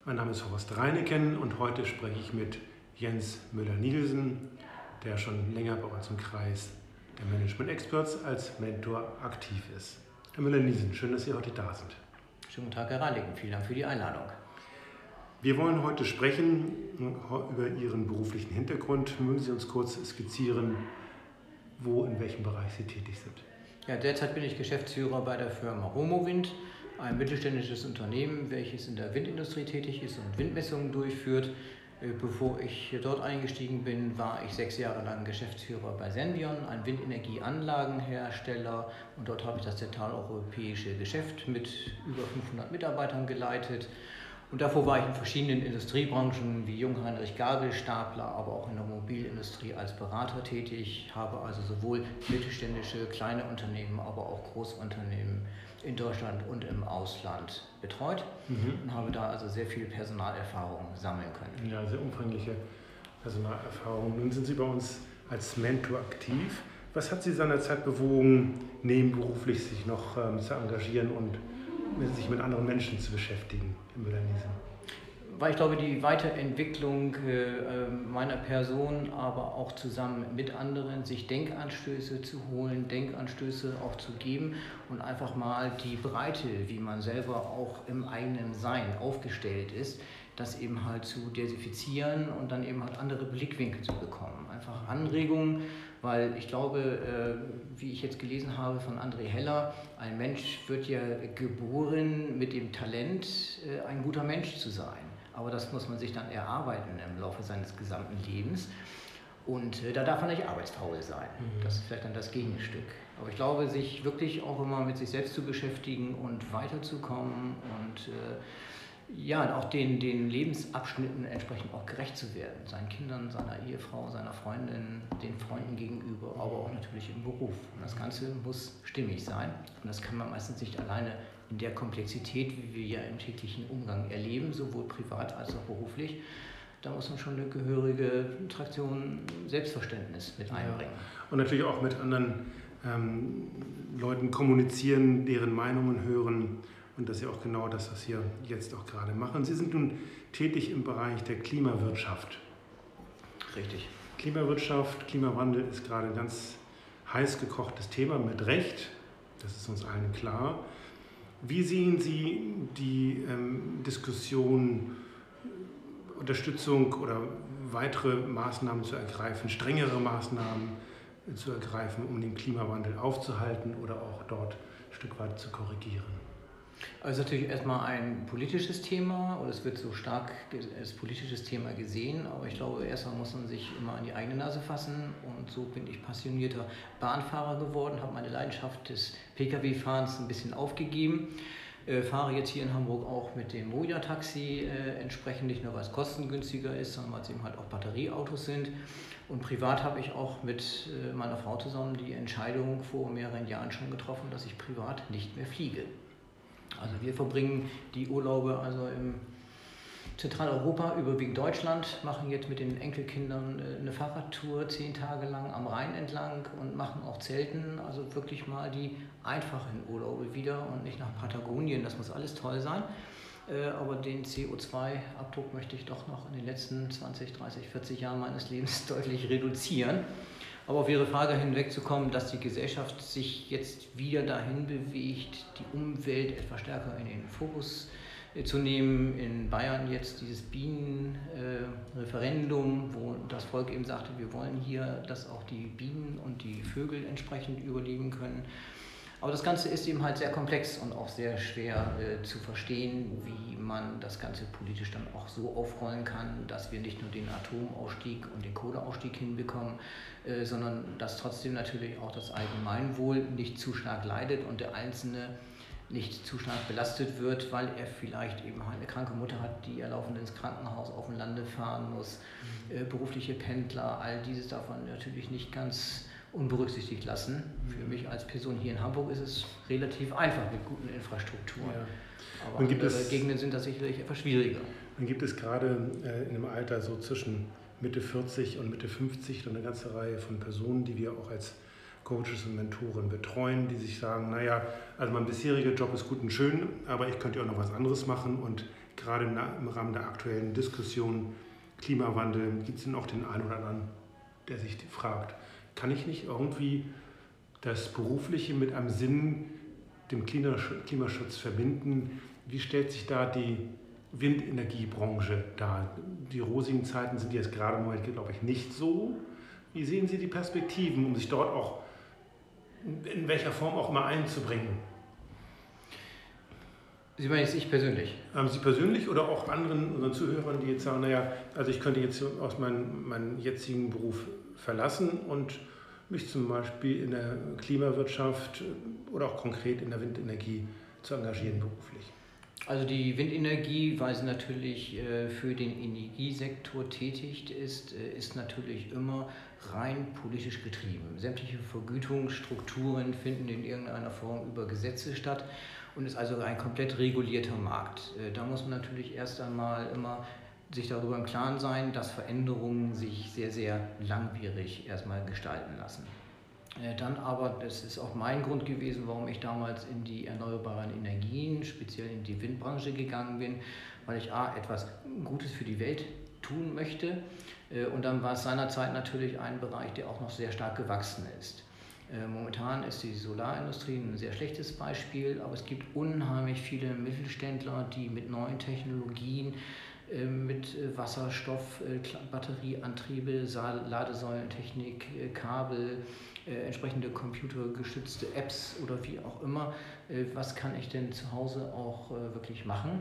Mein Name ist Horst Reineken und heute spreche ich mit Jens Müller-Nielsen, der schon länger bei uns im Kreis der Management Experts als Mentor aktiv ist. Herr Müller-Nielsen, schön, dass Sie heute da sind. Schönen guten Tag, Herr Reineken. Vielen Dank für die Einladung. Wir wollen heute sprechen über Ihren beruflichen Hintergrund. Mögen Sie uns kurz skizzieren, in welchem Bereich Sie tätig sind? Ja, derzeit bin ich Geschäftsführer bei der Firma Homowind, ein mittelständisches Unternehmen, welches in der Windindustrie tätig ist und Windmessungen durchführt. Bevor ich dort eingestiegen bin, war ich 6 Jahre lang Geschäftsführer bei Senvion, ein Windenergieanlagenhersteller, und dort habe ich das zentraleuropäische Geschäft mit über 500 Mitarbeitern geleitet. Und davor war ich in verschiedenen Industriebranchen wie Jungheinrich Gabelstapler, aber auch in der Mobilindustrie als Berater tätig, habe also sowohl mittelständische, kleine Unternehmen, aber auch Großunternehmen in Deutschland und im Ausland betreut und habe da also sehr viel Personalerfahrung sammeln können. Ja, sehr umfangreiche Personalerfahrung. Nun sind Sie bei uns als Mentor aktiv. Was hat Sie seinerzeit bewogen, nebenberuflich sich noch zu engagieren und sich mit anderen Menschen zu beschäftigen, Herr Müller-Nielsen? Weil ich glaube, die Weiterentwicklung meiner Person, aber auch zusammen mit anderen, sich Denkanstöße zu holen, Denkanstöße auch zu geben und einfach mal die Breite, wie man selber auch im eigenen Sein aufgestellt ist, das eben halt zu diversifizieren und dann eben halt andere Blickwinkel zu bekommen. Einfach Anregungen, weil ich glaube, wie ich jetzt gelesen habe von André Heller, ein Mensch wird ja geboren mit dem Talent, ein guter Mensch zu sein. Aber das muss man sich dann erarbeiten im Laufe seines gesamten Lebens. Und da darf man nicht arbeitsfaul sein. Das ist vielleicht dann das Gegenstück. Aber ich glaube, sich wirklich auch immer mit sich selbst zu beschäftigen und weiterzukommen und auch den Lebensabschnitten entsprechend auch gerecht zu werden. Seinen Kindern, seiner Ehefrau, seiner Freundin, den Freunden gegenüber, aber auch natürlich im Beruf. Und das Ganze muss stimmig sein. Und das kann man meistens nicht alleine in der Komplexität, wie wir ja im täglichen Umgang erleben, sowohl privat als auch beruflich. Da muss man schon eine gehörige Traktion Selbstverständnis mit einbringen. Und natürlich auch mit anderen Leuten kommunizieren, deren Meinungen hören. Und das ist ja auch genau das, was wir jetzt auch gerade machen. Sie sind nun tätig im Bereich der Klimawirtschaft. Richtig. Klimawirtschaft, Klimawandel ist gerade ein ganz heiß gekochtes Thema, mit Recht. Das ist uns allen klar. Wie sehen Sie die Diskussion, Unterstützung oder weitere Maßnahmen zu ergreifen, strengere Maßnahmen zu ergreifen, um den Klimawandel aufzuhalten oder auch dort ein Stück weit zu korrigieren? Also natürlich erstmal ein politisches Thema, oder es wird so stark als politisches Thema gesehen, aber ich glaube, erstmal muss man sich immer an die eigene Nase fassen, und so bin ich passionierter Bahnfahrer geworden, habe meine Leidenschaft des Pkw-Fahrens ein bisschen aufgegeben, fahre jetzt hier in Hamburg auch mit dem Moja-Taxi, entsprechend nicht nur, weil es kostengünstiger ist, sondern weil es eben halt auch Batterieautos sind. Und privat habe ich auch mit meiner Frau zusammen die Entscheidung vor mehreren Jahren schon getroffen, dass ich privat nicht mehr fliege. Also wir verbringen die Urlaube also im Zentraleuropa, überwiegend Deutschland, machen jetzt mit den Enkelkindern eine Fahrradtour 10 Tage lang am Rhein entlang und machen auch Zelten, also wirklich mal die einfachen Urlaube wieder und nicht nach Patagonien, das muss alles toll sein. Aber den CO2-Abdruck möchte ich doch noch in den letzten 20, 30, 40 Jahren meines Lebens deutlich reduzieren. Aber auf Ihre Frage hinwegzukommen, dass die Gesellschaft sich jetzt wieder dahin bewegt, die Umwelt etwas stärker in den Fokus zu nehmen. In Bayern jetzt dieses Bienenreferendum, wo das Volk eben sagte, wir wollen hier, dass auch die Bienen und die Vögel entsprechend überleben können. Aber das Ganze ist eben halt sehr komplex und auch sehr schwer zu verstehen, wie man das Ganze politisch dann auch so aufrollen kann, dass wir nicht nur den Atomausstieg und den Kohleausstieg hinbekommen, sondern dass trotzdem natürlich auch das Allgemeinwohl nicht zu stark leidet und der Einzelne nicht zu stark belastet wird, weil er vielleicht eben halt eine kranke Mutter hat, die er laufend ins Krankenhaus auf dem Lande fahren muss, berufliche Pendler, all dieses darf man natürlich nicht ganz unberücksichtigt lassen. Für mich als Person hier in Hamburg ist es relativ einfach mit guten Infrastrukturen. Ja. Aber andere Gegenden sind das sicherlich etwas schwieriger. Dann gibt es gerade in einem Alter so zwischen Mitte 40 und Mitte 50 eine ganze Reihe von Personen, die wir auch als Coaches und Mentoren betreuen, die sich sagen, naja, also mein bisheriger Job ist gut und schön, aber ich könnte ja auch noch was anderes machen und gerade im Rahmen der aktuellen Diskussion Klimawandel, gibt es denn auch den einen oder anderen, der sich fragt, kann ich nicht irgendwie das Berufliche mit einem Sinn, dem Klimaschutz verbinden? Wie stellt sich da die Windenergiebranche dar? Die rosigen Zeiten sind jetzt gerade im Moment, glaube ich, nicht so. Wie sehen Sie die Perspektiven, um sich dort auch in welcher Form auch immer einzubringen? Sie meinen jetzt ich persönlich? Sie persönlich oder auch anderen unseren Zuhörern, die jetzt sagen, naja, also ich könnte jetzt aus meinem jetzigen Beruf verlassen und mich zum Beispiel in der Klimawirtschaft oder auch konkret in der Windenergie zu engagieren beruflich. Also die Windenergie, weil sie natürlich für den Energiesektor tätig ist, ist natürlich immer rein politisch getrieben. Sämtliche Vergütungsstrukturen finden in irgendeiner Form über Gesetze statt und ist also ein komplett regulierter Markt. Da muss man natürlich erst einmal immer sich darüber im Klaren sein, dass Veränderungen sich sehr, sehr langwierig erstmal gestalten lassen. Dann aber, das ist auch mein Grund gewesen, warum ich damals in die erneuerbaren Energien, speziell in die Windbranche gegangen bin, weil ich etwas Gutes für die Welt tun möchte. Und dann war es seinerzeit natürlich ein Bereich, der auch noch sehr stark gewachsen ist. Momentan ist die Solarindustrie ein sehr schlechtes Beispiel, aber es gibt unheimlich viele Mittelständler, die mit neuen Technologien, mit Wasserstoff, Batterieantriebe, Ladesäulentechnik, Kabel, entsprechende computergestützte Apps oder wie auch immer, was kann ich denn zu Hause auch wirklich machen,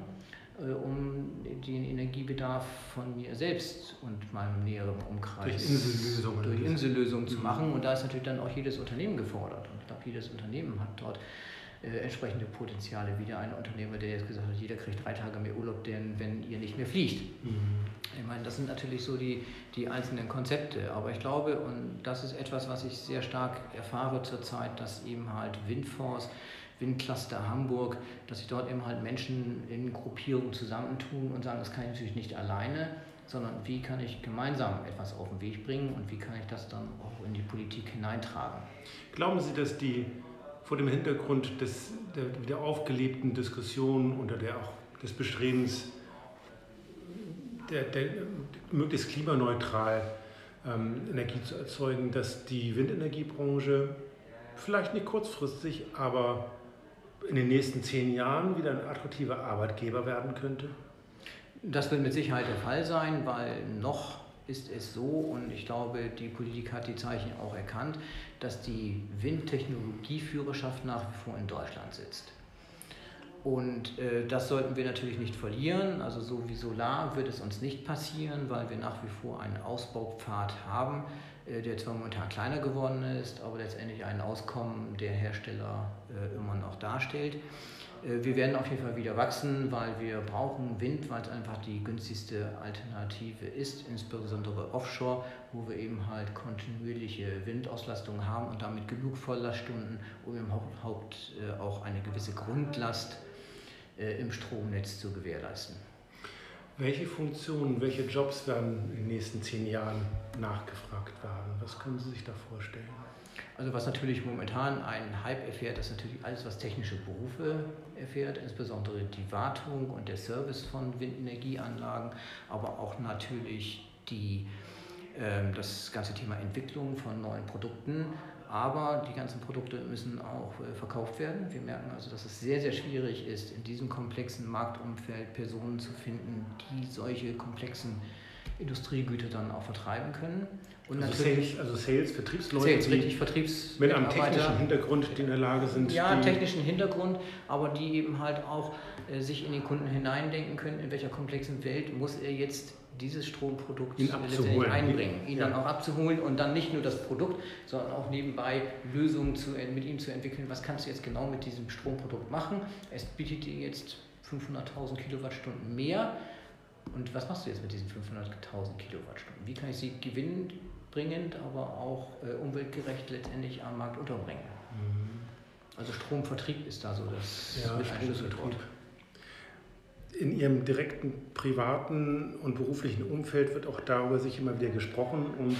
um den Energiebedarf von mir selbst und meinem näheren Umkreis durch Insellösungen zu machen. Und da ist natürlich dann auch jedes Unternehmen gefordert. Und ich glaube, jedes Unternehmen hat dort entsprechende Potenziale. Wieder ein Unternehmer, der jetzt gesagt hat, jeder kriegt 3 Tage mehr Urlaub, denn wenn ihr nicht mehr fliegt. Ich meine, das sind natürlich so die einzelnen Konzepte. Aber ich glaube, und das ist etwas, was ich sehr stark erfahre zurzeit, dass eben halt Windforce, Windcluster Hamburg, dass sich dort eben halt Menschen in Gruppierungen zusammentun und sagen, das kann ich natürlich nicht alleine, sondern wie kann ich gemeinsam etwas auf den Weg bringen und wie kann ich das dann auch in die Politik hineintragen. Glauben Sie, dass vor dem Hintergrund der aufgelebten Diskussion oder des Bestrebens, möglichst klimaneutral Energie zu erzeugen, dass die Windenergiebranche vielleicht nicht kurzfristig, aber in den nächsten 10 Jahren wieder ein attraktiver Arbeitgeber werden könnte? Das wird mit Sicherheit der Fall sein, weil noch ist es so, und ich glaube, die Politik hat die Zeichen auch erkannt, dass die Windtechnologieführerschaft nach wie vor in Deutschland sitzt. Und das sollten wir natürlich nicht verlieren. Also so wie Solar wird es uns nicht passieren, weil wir nach wie vor einen Ausbaupfad haben, der zwar momentan kleiner geworden ist, aber letztendlich ein Auskommen der Hersteller immer noch darstellt. Wir werden auf jeden Fall wieder wachsen, weil wir brauchen Wind, weil es einfach die günstigste Alternative ist, insbesondere offshore, wo wir eben halt kontinuierliche Windauslastung haben und damit genug Volllaststunden, um überhaupt auch eine gewisse Grundlast im Stromnetz zu gewährleisten. Welche Funktionen, welche Jobs werden in den nächsten 10 Jahren nachgefragt werden? Was können Sie sich da vorstellen? Also was natürlich momentan einen Hype erfährt, ist natürlich alles, was technische Berufe erfährt, insbesondere die Wartung und der Service von Windenergieanlagen, aber auch natürlich das ganze Thema Entwicklung von neuen Produkten. Aber die ganzen Produkte müssen auch verkauft werden. Wir merken also, dass es sehr, sehr schwierig ist, in diesem komplexen Marktumfeld Personen zu finden, die solche komplexen Industriegüter dann auch vertreiben können. Und also Sales, Vertriebsleute, mit einem technischen Hintergrund, die in der Lage sind. Ja, technischen Hintergrund, aber die eben halt auch sich in den Kunden hineindenken können, in welcher komplexen Welt muss er jetzt dieses Stromprodukt letztendlich einbringen, ihn dann auch abzuholen und dann nicht nur das Produkt, sondern auch nebenbei Lösungen mit ihm zu entwickeln. Was kannst du jetzt genau mit diesem Stromprodukt machen? Es bietet dir jetzt 500.000 Kilowattstunden mehr. Und was machst du jetzt mit diesen 500.000 Kilowattstunden? Wie kann ich sie gewinnbringend, aber auch umweltgerecht letztendlich am Markt unterbringen? Also Stromvertrieb ist da so das Schlüsselwort. In Ihrem direkten privaten und beruflichen Umfeld wird auch darüber sich immer wieder gesprochen. Und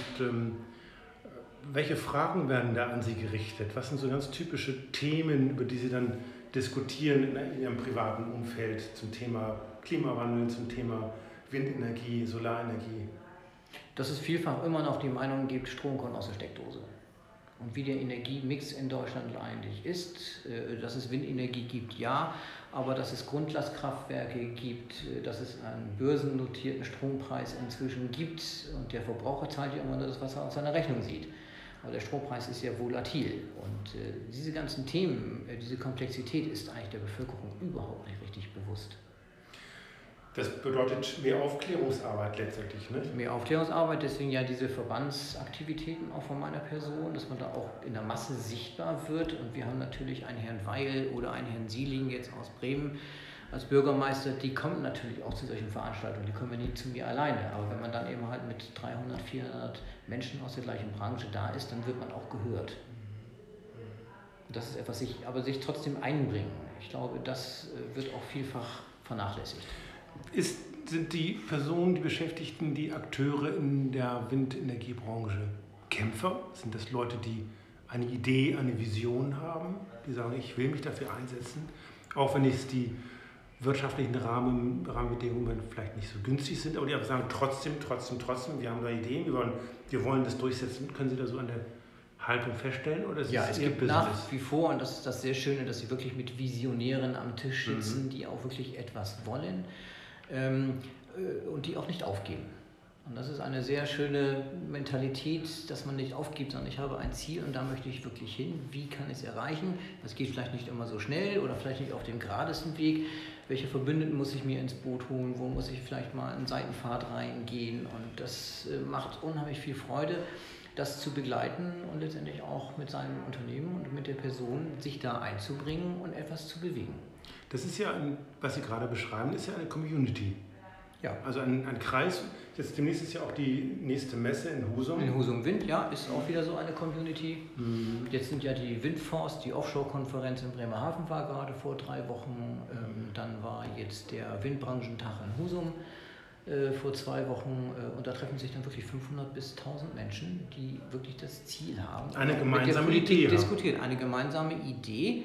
welche Fragen werden da an Sie gerichtet? Was sind so ganz typische Themen, über die Sie dann diskutieren in Ihrem privaten Umfeld zum Thema Klimawandel, zum Thema Windenergie, Solarenergie? Dass es vielfach immer noch die Meinung gibt, Strom kommt aus der Steckdose. Und wie der Energiemix in Deutschland eigentlich ist, dass es Windenergie gibt, ja, aber dass es Grundlastkraftwerke gibt, dass es einen börsennotierten Strompreis inzwischen gibt und der Verbraucher zahlt ja immer nur das, was er auf seiner Rechnung sieht. Aber der Strompreis ist ja volatil und diese ganzen Themen, diese Komplexität ist eigentlich der Bevölkerung überhaupt nicht richtig bewusst. Das bedeutet mehr Aufklärungsarbeit letztendlich, ne? Mehr Aufklärungsarbeit, deswegen ja diese Verbandsaktivitäten auch von meiner Person, dass man da auch in der Masse sichtbar wird. Und wir haben natürlich einen Herrn Weil oder einen Herrn Sieling jetzt aus Bremen als Bürgermeister, die kommen natürlich auch zu solchen Veranstaltungen, die kommen ja nicht zu mir alleine. Aber wenn man dann eben halt mit 300, 400 Menschen aus der gleichen Branche da ist, dann wird man auch gehört. Und das ist etwas, sich trotzdem einbringen. Ich glaube, das wird auch vielfach vernachlässigt. Sind die Personen, die Beschäftigten, die Akteure in der Windenergiebranche Kämpfer? Sind das Leute, die eine Idee, eine Vision haben, die sagen, ich will mich dafür einsetzen, auch wenn es die wirtschaftlichen Rahmenbedingungen vielleicht nicht so günstig sind, aber die aber sagen, trotzdem, wir haben da Ideen, wir wollen das durchsetzen. Können Sie da so eine Haltung feststellen? Oder ist es gibt nach wie vor, und das ist das sehr Schöne, dass Sie wirklich mit Visionären am Tisch sitzen, die auch wirklich etwas wollen. Und die auch nicht aufgeben. Und das ist eine sehr schöne Mentalität, dass man nicht aufgibt, sondern ich habe ein Ziel und da möchte ich wirklich hin. Wie kann ich es erreichen? Das geht vielleicht nicht immer so schnell oder vielleicht nicht auf dem geradesten Weg. Welche Verbündeten muss ich mir ins Boot holen? Wo muss ich vielleicht mal einen Seitenpfad reingehen? Und das macht unheimlich viel Freude, das zu begleiten und letztendlich auch mit seinem Unternehmen und mit der Person sich da einzubringen und etwas zu bewegen. Das ist ja, was Sie gerade beschreiben, ist ja eine Community. Ja. Also ein Kreis. Jetzt demnächst ist ja auch die nächste Messe in Husum. In Husum Wind, ja, ist auch wieder so eine Community. Jetzt sind ja die Windforce, die Offshore-Konferenz in Bremerhaven war gerade vor 3 Wochen. Dann war jetzt der Windbranchentag in Husum vor 2 Wochen. Und da treffen sich dann wirklich 500 bis 1000 Menschen, die wirklich das Ziel haben. Eine gemeinsame Idee diskutieren. Eine gemeinsame Idee,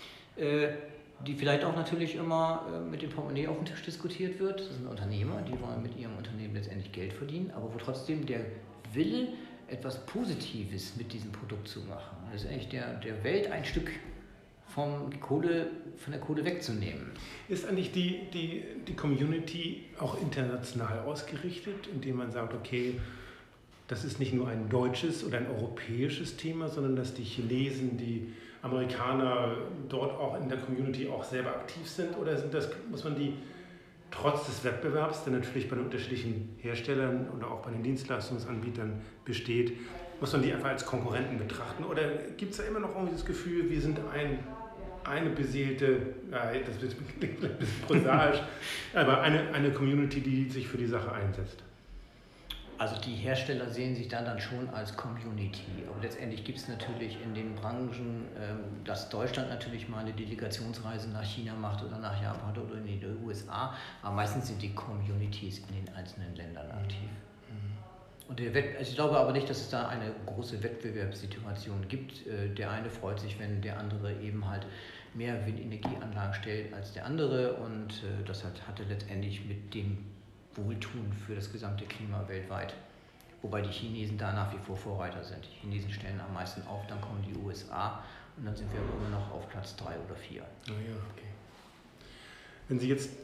die vielleicht auch natürlich immer mit dem Portemonnaie auf dem Tisch diskutiert wird. Das sind Unternehmer, die wollen mit ihrem Unternehmen letztendlich Geld verdienen, aber wo trotzdem der Wille, etwas Positives mit diesem Produkt zu machen. Das ist eigentlich der Welt ein Stück von der Kohle wegzunehmen. Ist eigentlich die Community auch international ausgerichtet, indem man sagt, okay, das ist nicht nur ein deutsches oder ein europäisches Thema, sondern dass die Chinesen, die Amerikaner dort auch in der Community auch selber aktiv sind? Oder muss man die trotz des Wettbewerbs, der natürlich bei den unterschiedlichen Herstellern oder auch bei den Dienstleistungsanbietern besteht, muss man die einfach als Konkurrenten betrachten? Oder gibt es da immer noch irgendwie das Gefühl, wir sind eine beseelte, das klingt ein bisschen prosaisch, aber eine Community, die sich für die Sache einsetzt? Also die Hersteller sehen sich dann schon als Community. Aber letztendlich gibt es natürlich in den Branchen, dass Deutschland natürlich mal eine Delegationsreise nach China macht oder nach Japan oder in die USA. Aber meistens sind die Communities in den einzelnen Ländern aktiv. Und ich glaube aber nicht, dass es da eine große Wettbewerbssituation gibt. Der eine freut sich, wenn der andere eben halt mehr Windenergieanlagen stellt als der andere. Und das hatte letztendlich mit dem Wohltun für das gesamte Klima weltweit. Wobei die Chinesen da nach wie vor Vorreiter sind. Die Chinesen stellen am meisten auf, dann kommen die USA und dann sind wir aber immer noch auf Platz 3 oder 4. Ah ja, okay. Wenn Sie jetzt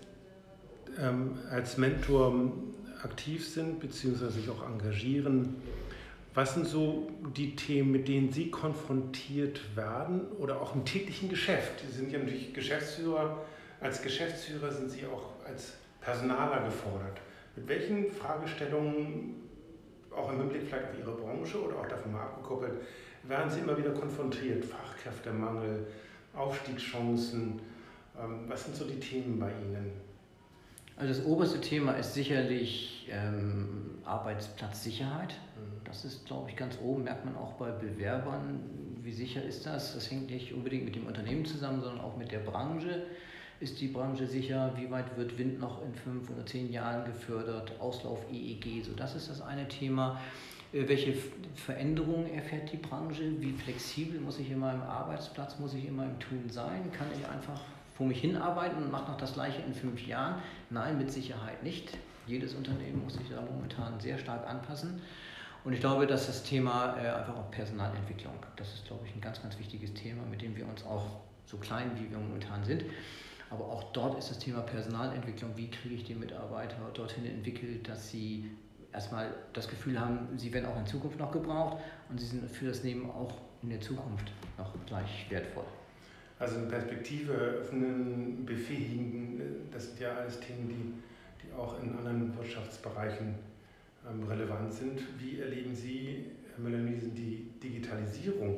als Mentor aktiv sind bzw. sich auch engagieren, was sind so die Themen, mit denen Sie konfrontiert werden oder auch im täglichen Geschäft? Sie sind ja natürlich Geschäftsführer. Als Geschäftsführer sind Sie auch als Personaler gefordert. Mit welchen Fragestellungen, auch im Hinblick vielleicht auf Ihre Branche oder auch davon mal abgekoppelt, werden Sie immer wieder konfrontiert? Fachkräftemangel, Aufstiegschancen, was sind so die Themen bei Ihnen? Also das oberste Thema ist sicherlich Arbeitsplatzsicherheit. Das ist, glaube ich, ganz oben, merkt man auch bei Bewerbern. Wie sicher ist das? Das hängt nicht unbedingt mit dem Unternehmen zusammen, sondern auch mit der Branche. Ist die Branche sicher? Wie weit wird Wind noch in 5 oder 10 Jahren gefördert? Auslauf EEG, so das ist das eine Thema. Welche Veränderungen erfährt die Branche? Wie flexibel muss ich in meinem Arbeitsplatz, muss ich in meinem Tun sein? Kann ich einfach vor mich hinarbeiten und mache noch das Gleiche in 5 Jahren? Nein, mit Sicherheit nicht. Jedes Unternehmen muss sich da momentan sehr stark anpassen. Und ich glaube, dass das Thema einfach auch Personalentwicklung, das ist, glaube ich, ein ganz, ganz wichtiges Thema, mit dem wir uns auch so klein, wie wir momentan sind, aber auch dort ist das Thema Personalentwicklung, wie kriege ich die Mitarbeiter dorthin entwickelt, dass sie erstmal das Gefühl haben, sie werden auch in Zukunft noch gebraucht und sie sind für das Leben auch in der Zukunft noch gleich wertvoll. Also eine Perspektive öffnen, befähigen, das sind ja alles Themen, die auch in anderen Wirtschaftsbereichen relevant sind. Wie erleben Sie, Herr Müller-Nielsen, die Digitalisierung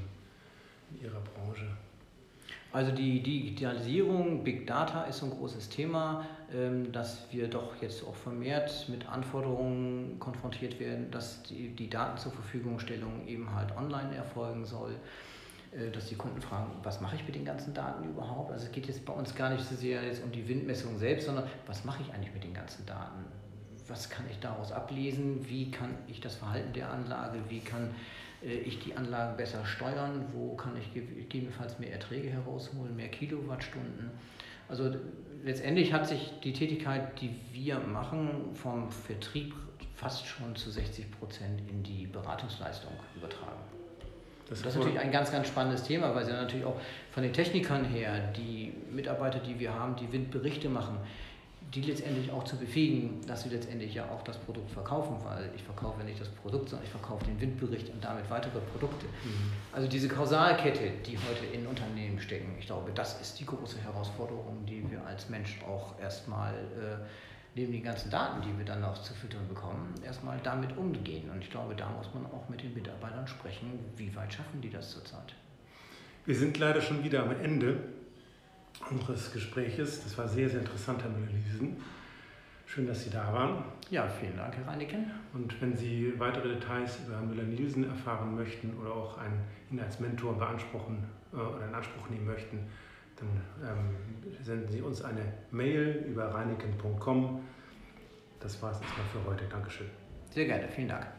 in Ihrer Branche? Also die Digitalisierung, Big Data ist so ein großes Thema, dass wir doch jetzt auch vermehrt mit Anforderungen konfrontiert werden, dass die Daten zur Verfügungstellung eben halt online erfolgen soll, dass die Kunden fragen, was mache ich mit den ganzen Daten überhaupt? Also es geht jetzt bei uns gar nicht so sehr jetzt um die Windmessung selbst, sondern was mache ich eigentlich mit den ganzen Daten? Was kann ich daraus ablesen? Wie kann ich das Verhalten der Anlage, wie kann ich die Anlagen besser steuern, wo kann ich gegebenenfalls mehr Erträge herausholen, mehr Kilowattstunden. Also letztendlich hat sich die Tätigkeit, die wir machen, vom Vertrieb fast schon zu 60% in die Beratungsleistung übertragen. Das ist natürlich ein ganz, ganz spannendes Thema, weil sie natürlich auch von den Technikern her, die Mitarbeiter, die wir haben, die Windberichte machen, die letztendlich auch zu befähigen, dass sie letztendlich ja auch das Produkt verkaufen, weil ich verkaufe nicht das Produkt, sondern ich verkaufe den Windbericht und damit weitere Produkte. Also diese Kausalkette, die heute in Unternehmen stecken, ich glaube, das ist die große Herausforderung, die wir als Mensch auch erstmal neben den ganzen Daten, die wir dann noch zu füttern bekommen, erstmal damit umgehen. Und ich glaube, da muss man auch mit den Mitarbeitern sprechen, wie weit schaffen die das zurzeit. Wir sind leider schon wieder am Ende unseres Gespräches. Das war sehr, sehr interessant, Herr Müller-Nielsen. Schön, dass Sie da waren. Ja, vielen Dank, Herr Reineken. Und wenn Sie weitere Details über Herrn Müller-Nielsen erfahren möchten oder auch ihn als Mentor beanspruchen oder in Anspruch nehmen möchten, dann senden Sie uns eine Mail über reineken.com. Das war es erstmal für heute. Dankeschön. Sehr gerne, vielen Dank.